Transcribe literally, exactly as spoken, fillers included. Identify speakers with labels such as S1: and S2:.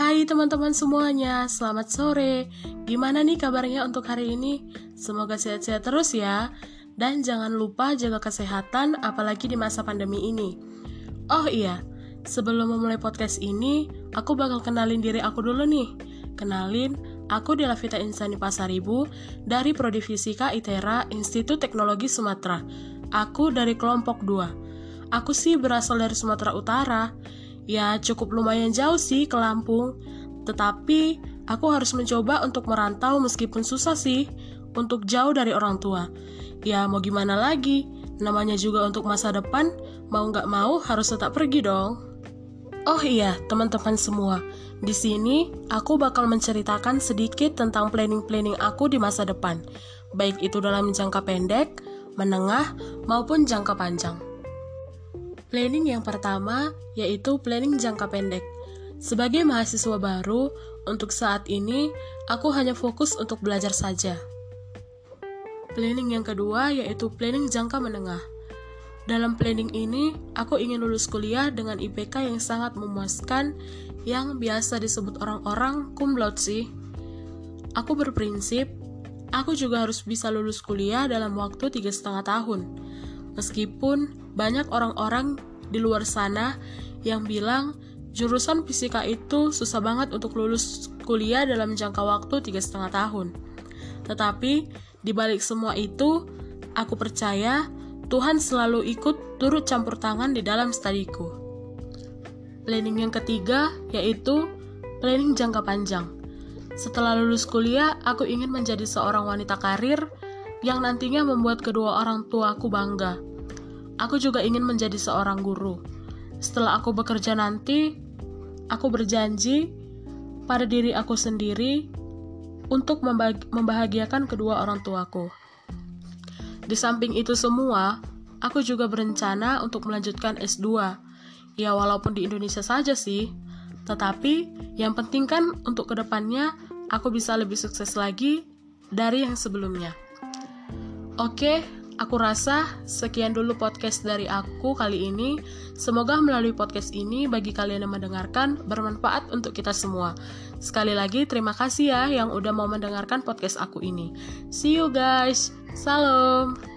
S1: Hai teman-teman semuanya, selamat sore. Gimana nih kabarnya untuk hari ini? Semoga sehat-sehat terus ya. Dan jangan lupa jaga kesehatan, apalagi di masa pandemi ini. Oh iya, sebelum memulai podcast ini, aku bakal kenalin diri aku dulu nih. Kenalin, aku Delavita Insani Pasaribu dari Prodi Fisika ITERA Institut Teknologi Sumatera. Aku dari kelompok dua. Aku sih berasal dari Sumatera Utara. Ya cukup lumayan jauh sih ke Lampung, tetapi aku harus mencoba untuk merantau meskipun susah sih, untuk jauh dari orang tua. Ya mau gimana lagi, namanya juga untuk masa depan, mau gak mau harus tetap pergi dong. Oh iya, teman-teman semua, di sini aku bakal menceritakan sedikit tentang planning-planning aku di masa depan, baik itu dalam jangka pendek, menengah, maupun jangka panjang. Planning yang pertama yaitu planning jangka pendek. Sebagai mahasiswa baru, untuk saat ini aku hanya fokus untuk belajar saja. Planning yang kedua yaitu planning jangka menengah. Dalam planning ini, aku ingin lulus kuliah dengan I P K yang sangat memuaskan, yang biasa disebut orang-orang cum laude sih. Aku berprinsip, aku juga harus bisa lulus kuliah dalam waktu tiga setengah tahun. Meskipun banyak orang-orang di luar sana yang bilang jurusan fisika itu susah banget untuk lulus kuliah dalam jangka waktu tiga setengah tahun. Tetapi di balik semua itu, aku percaya Tuhan selalu ikut turut campur tangan di dalam studiku. Planning yang ketiga yaitu planning jangka panjang. Setelah lulus kuliah, aku ingin menjadi seorang wanita karir yang nantinya membuat kedua orang tuaku bangga. Aku juga ingin menjadi seorang guru. Setelah aku bekerja nanti, aku berjanji pada diri aku sendiri untuk membagi- membahagiakan kedua orang tuaku. Di samping itu semua, aku juga berencana untuk melanjutkan S dua. Ya walaupun di Indonesia saja sih, tetapi yang penting kan untuk kedepannya aku bisa lebih sukses lagi dari yang sebelumnya. Oke, aku rasa sekian dulu podcast dari aku kali ini. Semoga melalui podcast ini bagi kalian yang mendengarkan bermanfaat untuk kita semua. Sekali lagi terima kasih ya yang udah mau mendengarkan podcast aku ini. See you guys. Salam.